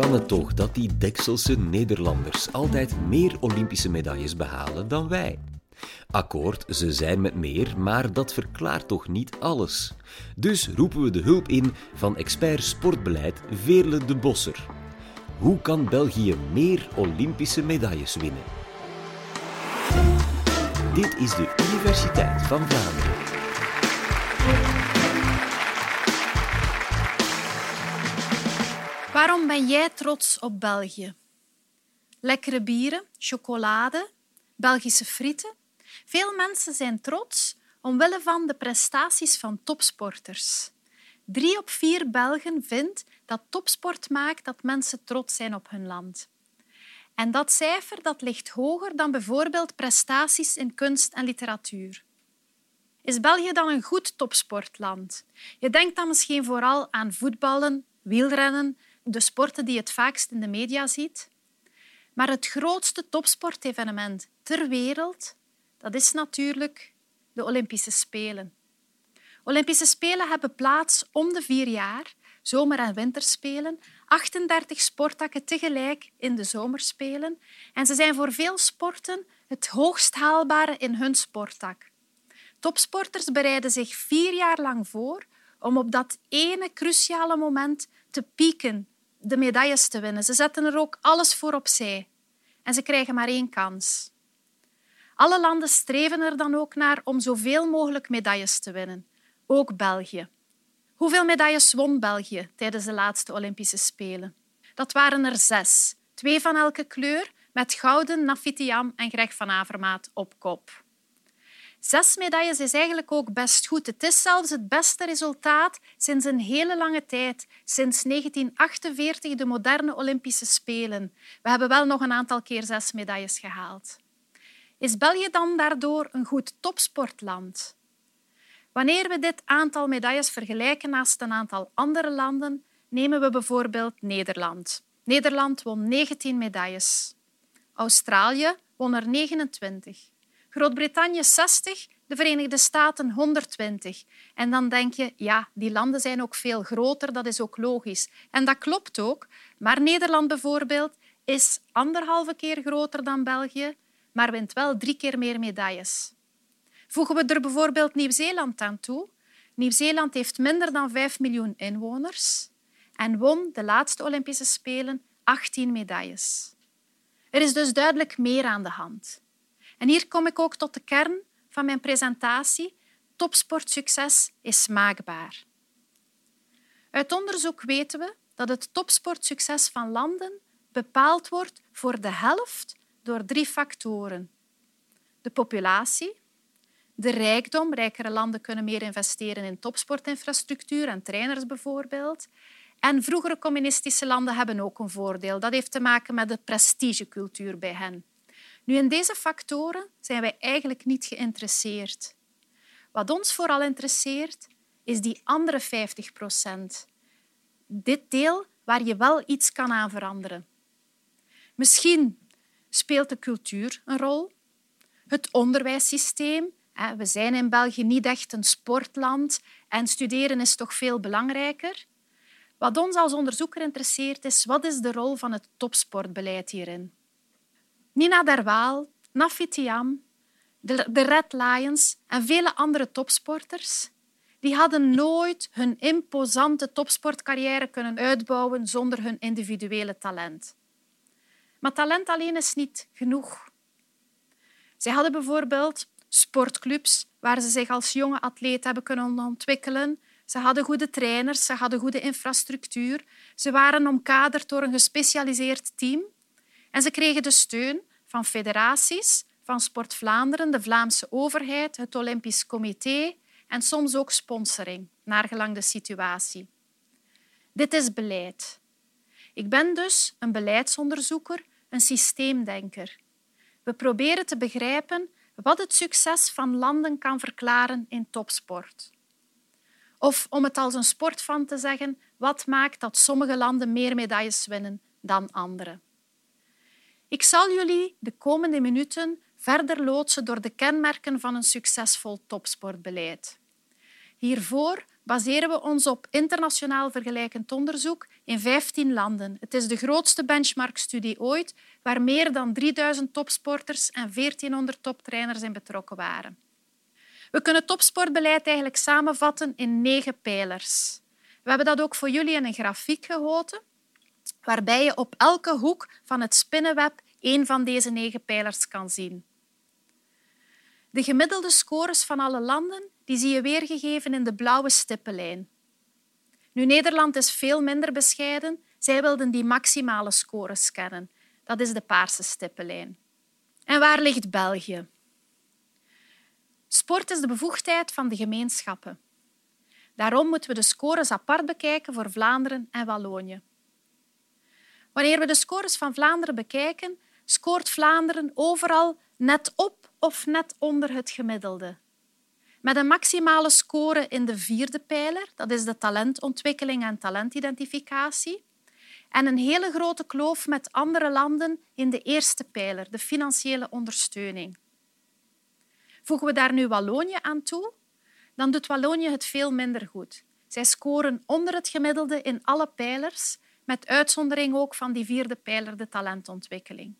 kan het toch dat die Dekselse Nederlanders altijd meer Olympische medailles behalen dan wij? Akkoord, ze zijn met meer, maar dat verklaart toch niet alles. Dus roepen we de hulp in van expert sportbeleid Veerle de Bosser. Hoe kan België meer Olympische medailles winnen? Dit is de Universiteit van Vlaanderen. Waarom ben jij trots op België? Lekkere bieren, chocolade, Belgische frieten. Veel mensen zijn trots omwille van de prestaties van topsporters. 3 op 4 Belgen vindt dat topsport maakt dat mensen trots zijn op hun land. En dat cijfer ligt hoger dan bijvoorbeeld prestaties in kunst en literatuur. Is België dan een goed topsportland? Je denkt dan misschien vooral aan voetballen, wielrennen, de sporten die je het vaakst in de media ziet. Maar het grootste topsportevenement ter wereld, dat is natuurlijk de Olympische Spelen. Olympische Spelen hebben plaats om de 4 jaar, zomer- en winterspelen, 38 sporttakken tegelijk in de zomerspelen. En ze zijn voor veel sporten het hoogst haalbare in hun sporttak. Topsporters bereiden zich 4 jaar lang voor om op dat ene cruciale moment te pieken, de medailles te winnen. Ze zetten er ook alles voor opzij. En ze krijgen maar 1 kans. Alle landen streven er dan ook naar om zoveel mogelijk medailles te winnen. Ook België. Hoeveel medailles won België tijdens de laatste Olympische Spelen? Dat waren er 6. 2 van elke kleur, met gouden Nafiti Am en Greg van Avermaat op kop. 6 medailles is eigenlijk ook best goed. Het is zelfs het beste resultaat sinds een hele lange tijd. Sinds 1948, de moderne Olympische Spelen. We hebben wel nog een aantal keer 6 medailles gehaald. Is België dan daardoor een goed topsportland? Wanneer we dit aantal medailles vergelijken naast een aantal andere landen, nemen we bijvoorbeeld Nederland. Nederland won 19 medailles. Australië won er 29. Groot-Brittannië 60, de Verenigde Staten 120. En dan denk je, ja, die landen zijn ook veel groter, dat is ook logisch. En dat klopt ook. Maar Nederland bijvoorbeeld is 1,5 keer groter dan België, maar wint wel 3 keer meer medailles. Voegen we er bijvoorbeeld Nieuw-Zeeland aan toe. Nieuw-Zeeland heeft minder dan 5 miljoen inwoners en won de laatste Olympische Spelen 18 medailles. Er is dus duidelijk meer aan de hand. En hier kom ik ook tot de kern van mijn presentatie. Topsportsucces is maakbaar. Uit onderzoek weten we dat het topsportsucces van landen bepaald wordt voor de helft door 3 factoren. De populatie, de rijkdom. Rijkere landen kunnen meer investeren in topsportinfrastructuur en trainers bijvoorbeeld. En vroegere communistische landen hebben ook een voordeel. Dat heeft te maken met de prestigecultuur bij hen. Nu, in deze factoren zijn wij eigenlijk niet geïnteresseerd. Wat ons vooral interesseert, is die andere 50%. Dit deel waar je wel iets kan aan veranderen. Misschien speelt de cultuur een rol. Het onderwijssysteem. We zijn in België niet echt een sportland en studeren is toch veel belangrijker. Wat ons als onderzoeker interesseert is, wat is de rol van het topsportbeleid hierin? Nina Derwaal, Nafiti Am, de Red Lions en vele andere topsporters die hadden nooit hun imposante topsportcarrière kunnen uitbouwen zonder hun individuele talent. Maar talent alleen is niet genoeg. Zij hadden bijvoorbeeld sportclubs waar ze zich als jonge atleet hebben kunnen ontwikkelen. Ze hadden goede trainers, ze hadden goede infrastructuur. Ze waren omkaderd door een gespecialiseerd team. En ze kregen de steun van federaties, van Sport Vlaanderen, de Vlaamse overheid, het Olympisch Comité en soms ook sponsoring, naargelang de situatie. Dit is beleid. Ik ben dus een beleidsonderzoeker, een systeemdenker. We proberen te begrijpen wat het succes van landen kan verklaren in topsport. Of om het als een sportfan te zeggen, wat maakt dat sommige landen meer medailles winnen dan andere. Ik zal jullie de komende minuten verder loodsen door de kenmerken van een succesvol topsportbeleid. Hiervoor baseren we ons op internationaal vergelijkend onderzoek in 15 landen. Het is de grootste benchmarkstudie ooit, waar meer dan 3000 topsporters en 1400 toptrainers in betrokken waren. We kunnen topsportbeleid eigenlijk samenvatten in 9 pijlers. We hebben dat ook voor jullie in een grafiek gegoten, waarbij je op elke hoek van het spinnenweb 1 van deze 9 pijlers kan zien. De gemiddelde scores van alle landen die zie je weergegeven in de blauwe stippenlijn. Nu, Nederland is veel minder bescheiden. Zij wilden die maximale scores kennen. Dat is de paarse stippenlijn. En waar ligt België? Sport is de bevoegdheid van de gemeenschappen. Daarom moeten we de scores apart bekijken voor Vlaanderen en Wallonië. Wanneer we de scores van Vlaanderen bekijken, scoort Vlaanderen overal net op of net onder het gemiddelde. Met een maximale score in de 4e pijler, dat is de talentontwikkeling en talentidentificatie, en een hele grote kloof met andere landen in de 1e pijler, de financiële ondersteuning. Voegen we daar nu Wallonië aan toe, dan doet Wallonië het veel minder goed. Zij scoren onder het gemiddelde in alle pijlers, met uitzondering ook van die 4e pijler, de talentontwikkeling.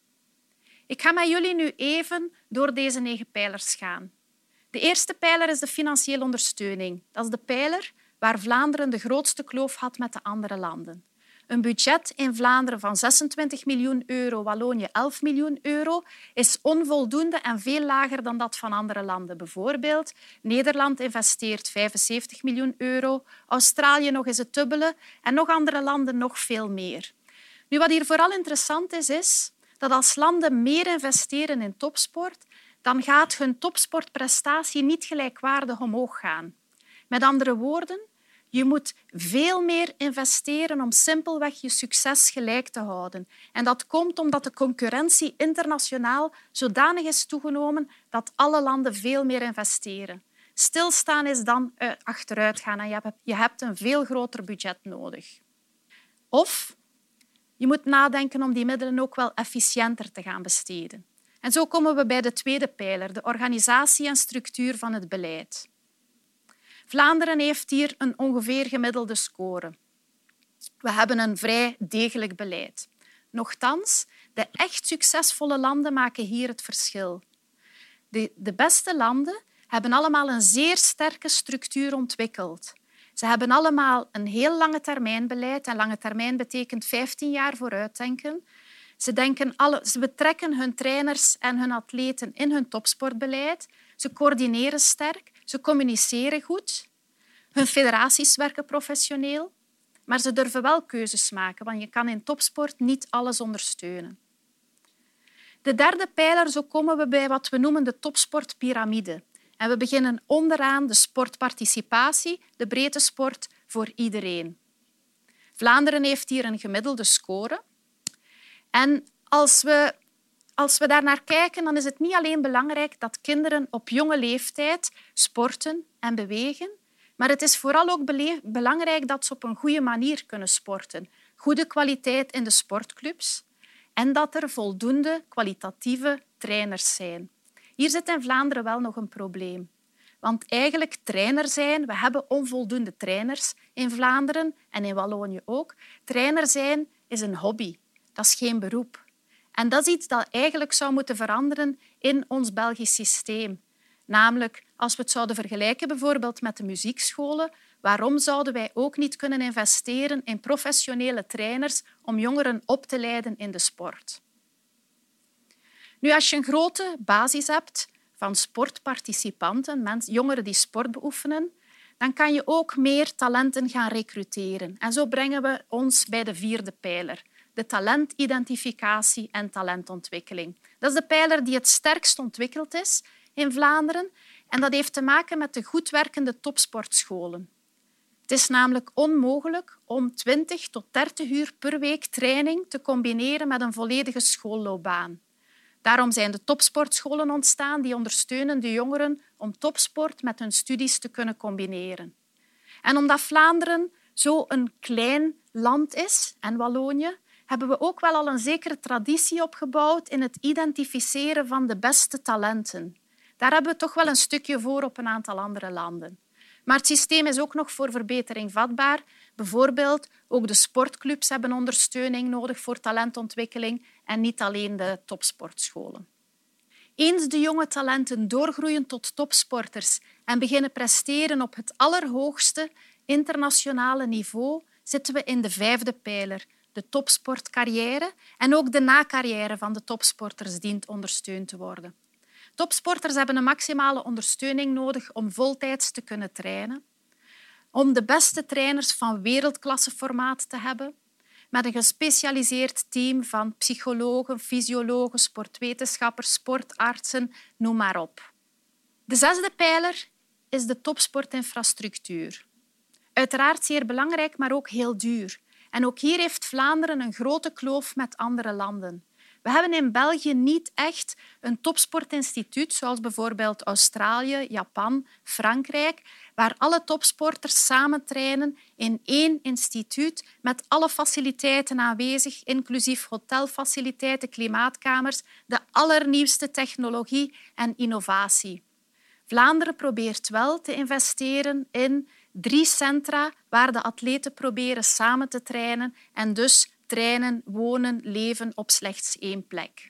Ik ga met jullie nu even door deze 9 pijlers gaan. De 1e pijler is de financiële ondersteuning. Dat is de pijler waar Vlaanderen de grootste kloof had met de andere landen. Een budget in Vlaanderen van 26 miljoen euro, Wallonië 11 miljoen euro, is onvoldoende en veel lager dan dat van andere landen. Bijvoorbeeld, Nederland investeert 75 miljoen euro, Australië nog eens het dubbele en nog andere landen nog veel meer. Nu, wat hier vooral interessant is dat als landen meer investeren in topsport, dan gaat hun topsportprestatie niet gelijkwaardig omhoog gaan. Met andere woorden, je moet veel meer investeren om simpelweg je succes gelijk te houden. En dat komt omdat de concurrentie internationaal zodanig is toegenomen dat alle landen veel meer investeren. Stilstaan is dan achteruit gaan en je hebt een veel groter budget nodig. Of je moet nadenken om die middelen ook wel efficiënter te gaan besteden. En zo komen we bij de 2e pijler, de organisatie en structuur van het beleid. Vlaanderen heeft hier een ongeveer gemiddelde score. We hebben een vrij degelijk beleid. Nochtans, de echt succesvolle landen maken hier het verschil. De beste landen hebben allemaal een zeer sterke structuur ontwikkeld. Ze hebben allemaal een heel lange termijnbeleid. En lange termijn betekent 15 jaar vooruitdenken. Ze betrekken hun trainers en hun atleten in hun topsportbeleid. Ze coördineren sterk, ze communiceren goed. Hun federaties werken professioneel. Maar ze durven wel keuzes maken, want je kan in topsport niet alles ondersteunen. De 3e pijler, zo komen we bij wat we noemen de topsportpyramide. En we beginnen onderaan de sportparticipatie, de breedte sport voor iedereen. Vlaanderen heeft hier een gemiddelde score. En als we daar naar kijken, dan is het niet alleen belangrijk dat kinderen op jonge leeftijd sporten en bewegen, maar het is vooral ook belangrijk dat ze op een goede manier kunnen sporten. Goede kwaliteit in de sportclubs en dat er voldoende kwalitatieve trainers zijn. Hier zit in Vlaanderen wel nog een probleem. Want eigenlijk trainer zijn, we hebben onvoldoende trainers in Vlaanderen en in Wallonië ook. Trainer zijn is een hobby, dat is geen beroep. En dat is iets dat eigenlijk zou moeten veranderen in ons Belgisch systeem. Namelijk, als we het zouden vergelijken bijvoorbeeld met de muziekscholen, waarom zouden wij ook niet kunnen investeren in professionele trainers om jongeren op te leiden in de sport? Nu, als je een grote basis hebt van sportparticipanten, jongeren die sport beoefenen, dan kan je ook meer talenten gaan recruteren. En zo brengen we ons bij de 4e pijler, de talentidentificatie en talentontwikkeling. Dat is de pijler die het sterkst ontwikkeld is in Vlaanderen en dat heeft te maken met de goed werkende topsportscholen. Het is namelijk onmogelijk om 20 tot 30 uur per week training te combineren met een volledige schoolloopbaan. Daarom zijn de topsportscholen ontstaan die ondersteunen de jongeren om topsport met hun studies te kunnen combineren. En omdat Vlaanderen zo een klein land is, en Wallonië, hebben we ook wel al een zekere traditie opgebouwd in het identificeren van de beste talenten. Daar hebben we toch wel een stukje voor op een aantal andere landen. Maar het systeem is ook nog voor verbetering vatbaar. Bijvoorbeeld, ook de sportclubs hebben ondersteuning nodig voor talentontwikkeling en niet alleen de topsportscholen. Eens de jonge talenten doorgroeien tot topsporters en beginnen presteren op het allerhoogste internationale niveau, zitten we in de 5e pijler, de topsportcarrière, en ook de nacarrière van de topsporters dient ondersteund te worden. Topsporters hebben een maximale ondersteuning nodig om voltijds te kunnen trainen, om de beste trainers van wereldklasseformaat te hebben, met een gespecialiseerd team van psychologen, fysiologen, sportwetenschappers, sportartsen, noem maar op. De 6e pijler is de topsportinfrastructuur. Uiteraard zeer belangrijk, maar ook heel duur. En ook hier heeft Vlaanderen een grote kloof met andere landen. We hebben in België niet echt een topsportinstituut, zoals bijvoorbeeld Australië, Japan, Frankrijk, waar alle topsporters samen trainen in één instituut met alle faciliteiten aanwezig, inclusief hotelfaciliteiten, klimaatkamers, de allernieuwste technologie en innovatie. Vlaanderen probeert wel te investeren in 3 centra waar de atleten proberen samen te trainen en dus trainen, wonen, leven op slechts 1 plek.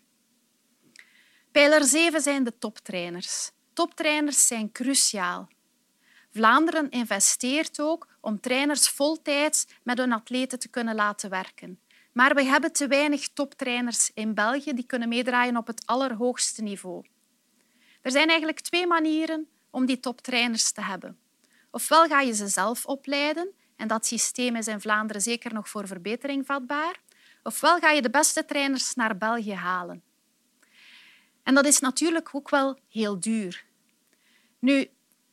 Pijler 7 zijn de toptrainers. Toptrainers zijn cruciaal. Vlaanderen investeert ook om trainers voltijds met hun atleten te kunnen laten werken. Maar we hebben te weinig toptrainers in België die kunnen meedraaien op het allerhoogste niveau. Er zijn eigenlijk 2 manieren om die toptrainers te hebben. Ofwel ga je ze zelf opleiden, en dat systeem is in Vlaanderen zeker nog voor verbetering vatbaar, ofwel ga je de beste trainers naar België halen. En dat is natuurlijk ook wel heel duur. Nu,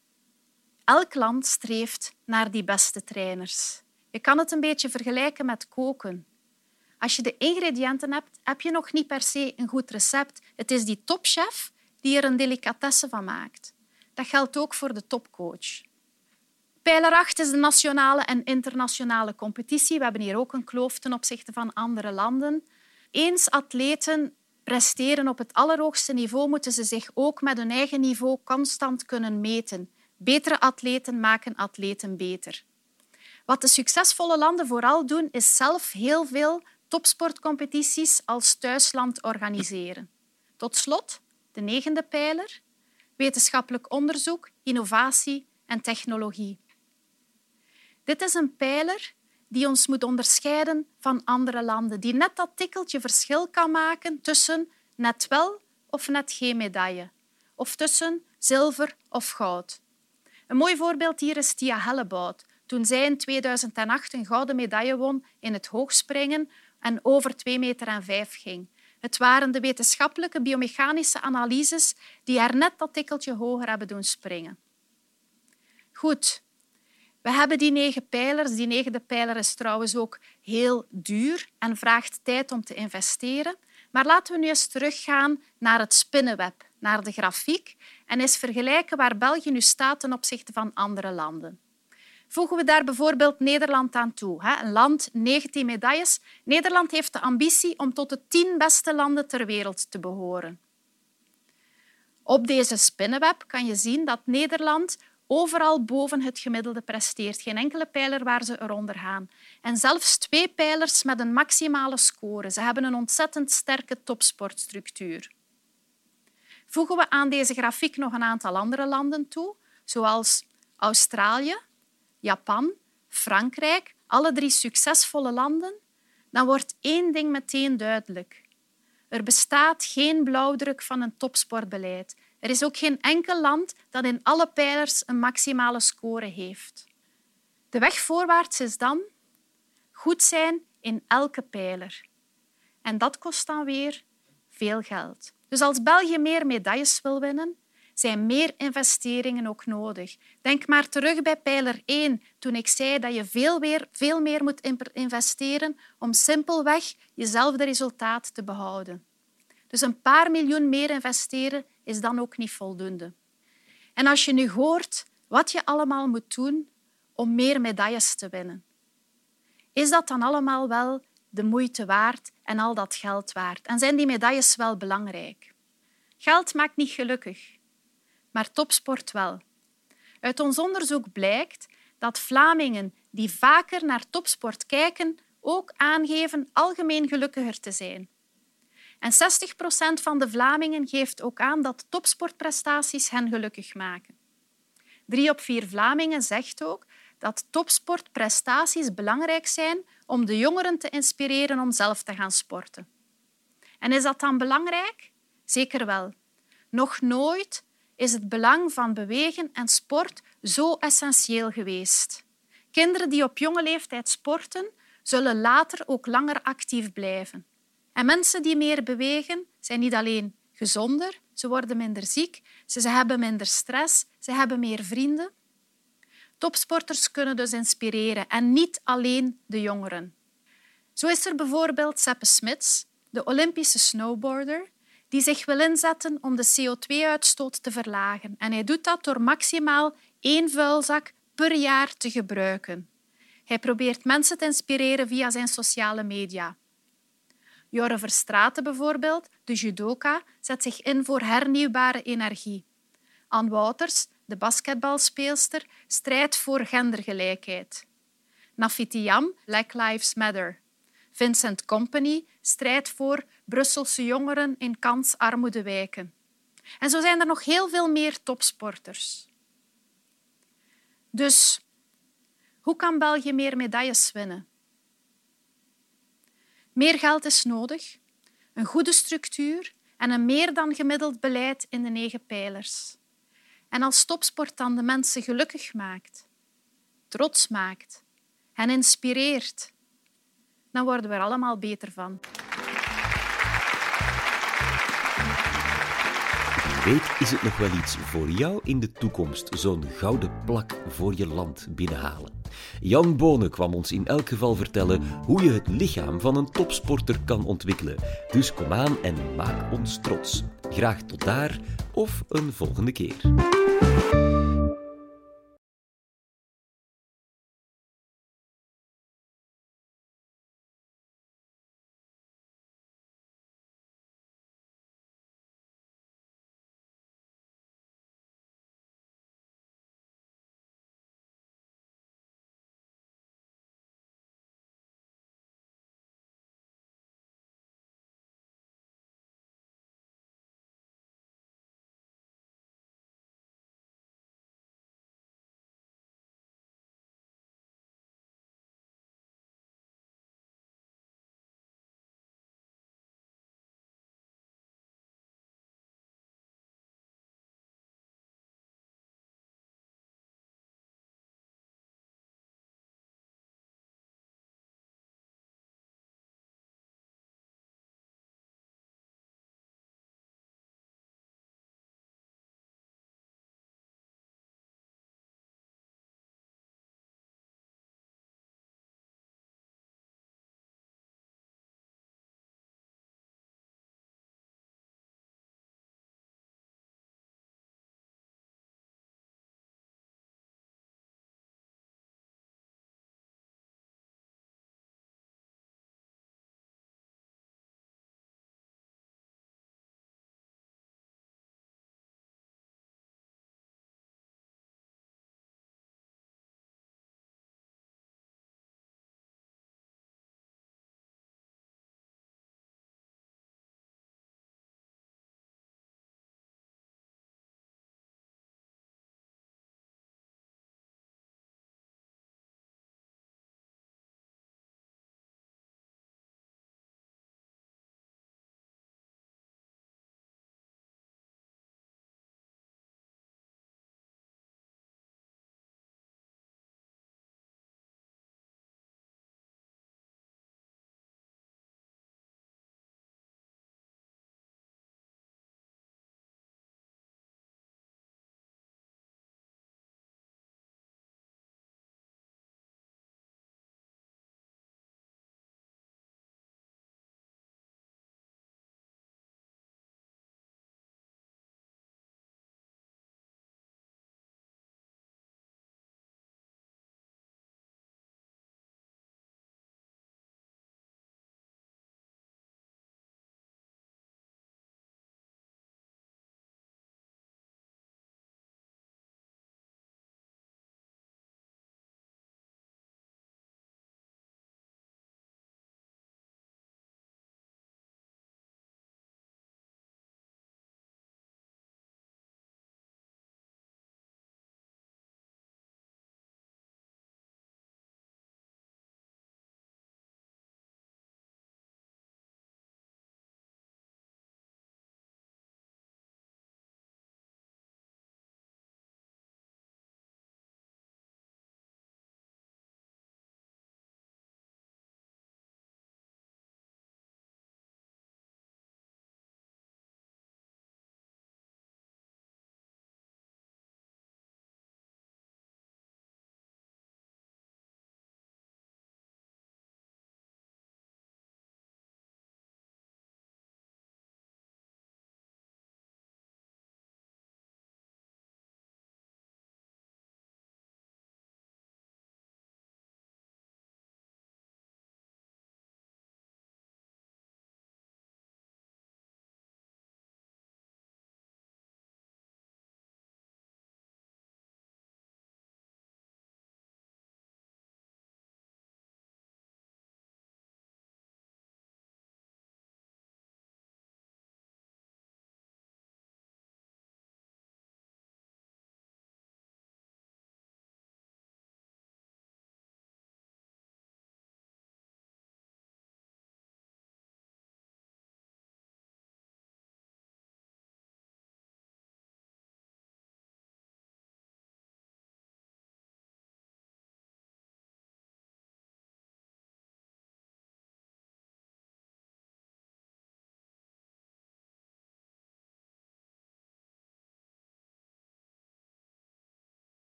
elk land streeft naar die beste trainers. Je kan het een beetje vergelijken met koken. Als je de ingrediënten hebt, heb je nog niet per se een goed recept. Het is die topchef die er een delicatesse van maakt. Dat geldt ook voor de topcoach. Pijler 8 is de nationale en internationale competitie. We hebben hier ook een kloof ten opzichte van andere landen. Eens atleten presteren op het allerhoogste niveau, moeten ze zich ook met hun eigen niveau constant kunnen meten. Betere atleten maken atleten beter. Wat de succesvolle landen vooral doen, is zelf heel veel topsportcompetities als thuisland organiseren. Tot slot, de 9e pijler, wetenschappelijk onderzoek, innovatie en technologie. Dit is een pijler die ons moet onderscheiden van andere landen, die net dat tikkeltje verschil kan maken tussen net wel of net geen medaille, of tussen zilver of goud. Een mooi voorbeeld hier is Tia Helleboud, toen zij in 2008 een gouden medaille won in het hoogspringen en over 2,5 meter ging. Het waren de wetenschappelijke biomechanische analyses die haar net dat tikkeltje hoger hebben doen springen. Goed. We hebben die 9 pijlers. Die 9e pijler is trouwens ook heel duur en vraagt tijd om te investeren. Maar laten we nu eens teruggaan naar het spinnenweb, naar de grafiek, en eens vergelijken waar België nu staat ten opzichte van andere landen. Voegen we daar bijvoorbeeld Nederland aan toe. Een land, 19 medailles. Nederland heeft de ambitie om tot de 10 beste landen ter wereld te behoren. Op deze spinnenweb kan je zien dat Nederland overal boven het gemiddelde presteert. Geen enkele pijler waar ze eronder gaan. En zelfs 2 pijlers met een maximale score. Ze hebben een ontzettend sterke topsportstructuur. Voegen we aan deze grafiek nog een aantal andere landen toe, zoals Australië, Japan, Frankrijk, alle 3 succesvolle landen, dan wordt 1 ding meteen duidelijk. Er bestaat geen blauwdruk van een topsportbeleid. Er is ook geen enkel land dat in alle pijlers een maximale score heeft. De weg voorwaarts is dan goed zijn in elke pijler. En dat kost dan weer veel geld. Dus als België meer medailles wil winnen, zijn meer investeringen ook nodig. Denk maar terug bij pijler 1, toen ik zei dat je veel meer moet investeren om simpelweg jezelfde resultaat te behouden. Dus een paar miljoen meer investeren is dan ook niet voldoende. En als je nu hoort wat je allemaal moet doen om meer medailles te winnen, is dat dan allemaal wel de moeite waard en al dat geld waard? En zijn die medailles wel belangrijk? Geld maakt niet gelukkig, maar topsport wel. Uit ons onderzoek blijkt dat Vlamingen die vaker naar topsport kijken ook aangeven algemeen gelukkiger te zijn. En 60% van de Vlamingen geeft ook aan dat topsportprestaties hen gelukkig maken. 3 op 4 Vlamingen zegt ook dat topsportprestaties belangrijk zijn om de jongeren te inspireren om zelf te gaan sporten. En is dat dan belangrijk? Zeker wel. Nog nooit is het belang van bewegen en sport zo essentieel geweest. Kinderen die op jonge leeftijd sporten, zullen later ook langer actief blijven. En mensen die meer bewegen, zijn niet alleen gezonder, ze worden minder ziek, ze hebben minder stress, ze hebben meer vrienden. Topsporters kunnen dus inspireren en niet alleen de jongeren. Zo is er bijvoorbeeld Seppe Smits, de Olympische snowboarder, die zich wil inzetten om de CO2-uitstoot te verlagen. En hij doet dat door maximaal 1 vuilzak per jaar te gebruiken. Hij probeert mensen te inspireren via zijn sociale media. Jorre Verstraeten bijvoorbeeld, de judoka, zet zich in voor hernieuwbare energie. Anne Wouters, de basketbalspeelster, strijdt voor gendergelijkheid. Nafiti Yam, Black Lives Matter. Vincent Kompany strijdt voor Brusselse jongeren in kansarmoede wijken. En zo zijn er nog heel veel meer topsporters. Dus, hoe kan België meer medailles winnen? Meer geld is nodig, een goede structuur en een meer dan gemiddeld beleid in de 9 pijlers. En als topsport dan de mensen gelukkig maakt, trots maakt, hen inspireert, dan worden we er allemaal beter van. Weet, is het nog wel iets voor jou in de toekomst, zo'n gouden plak voor je land binnenhalen? Jan Bonen kwam ons in elk geval vertellen hoe je het lichaam van een topsporter kan ontwikkelen. Dus kom aan en maak ons trots. Graag tot daar of een volgende keer.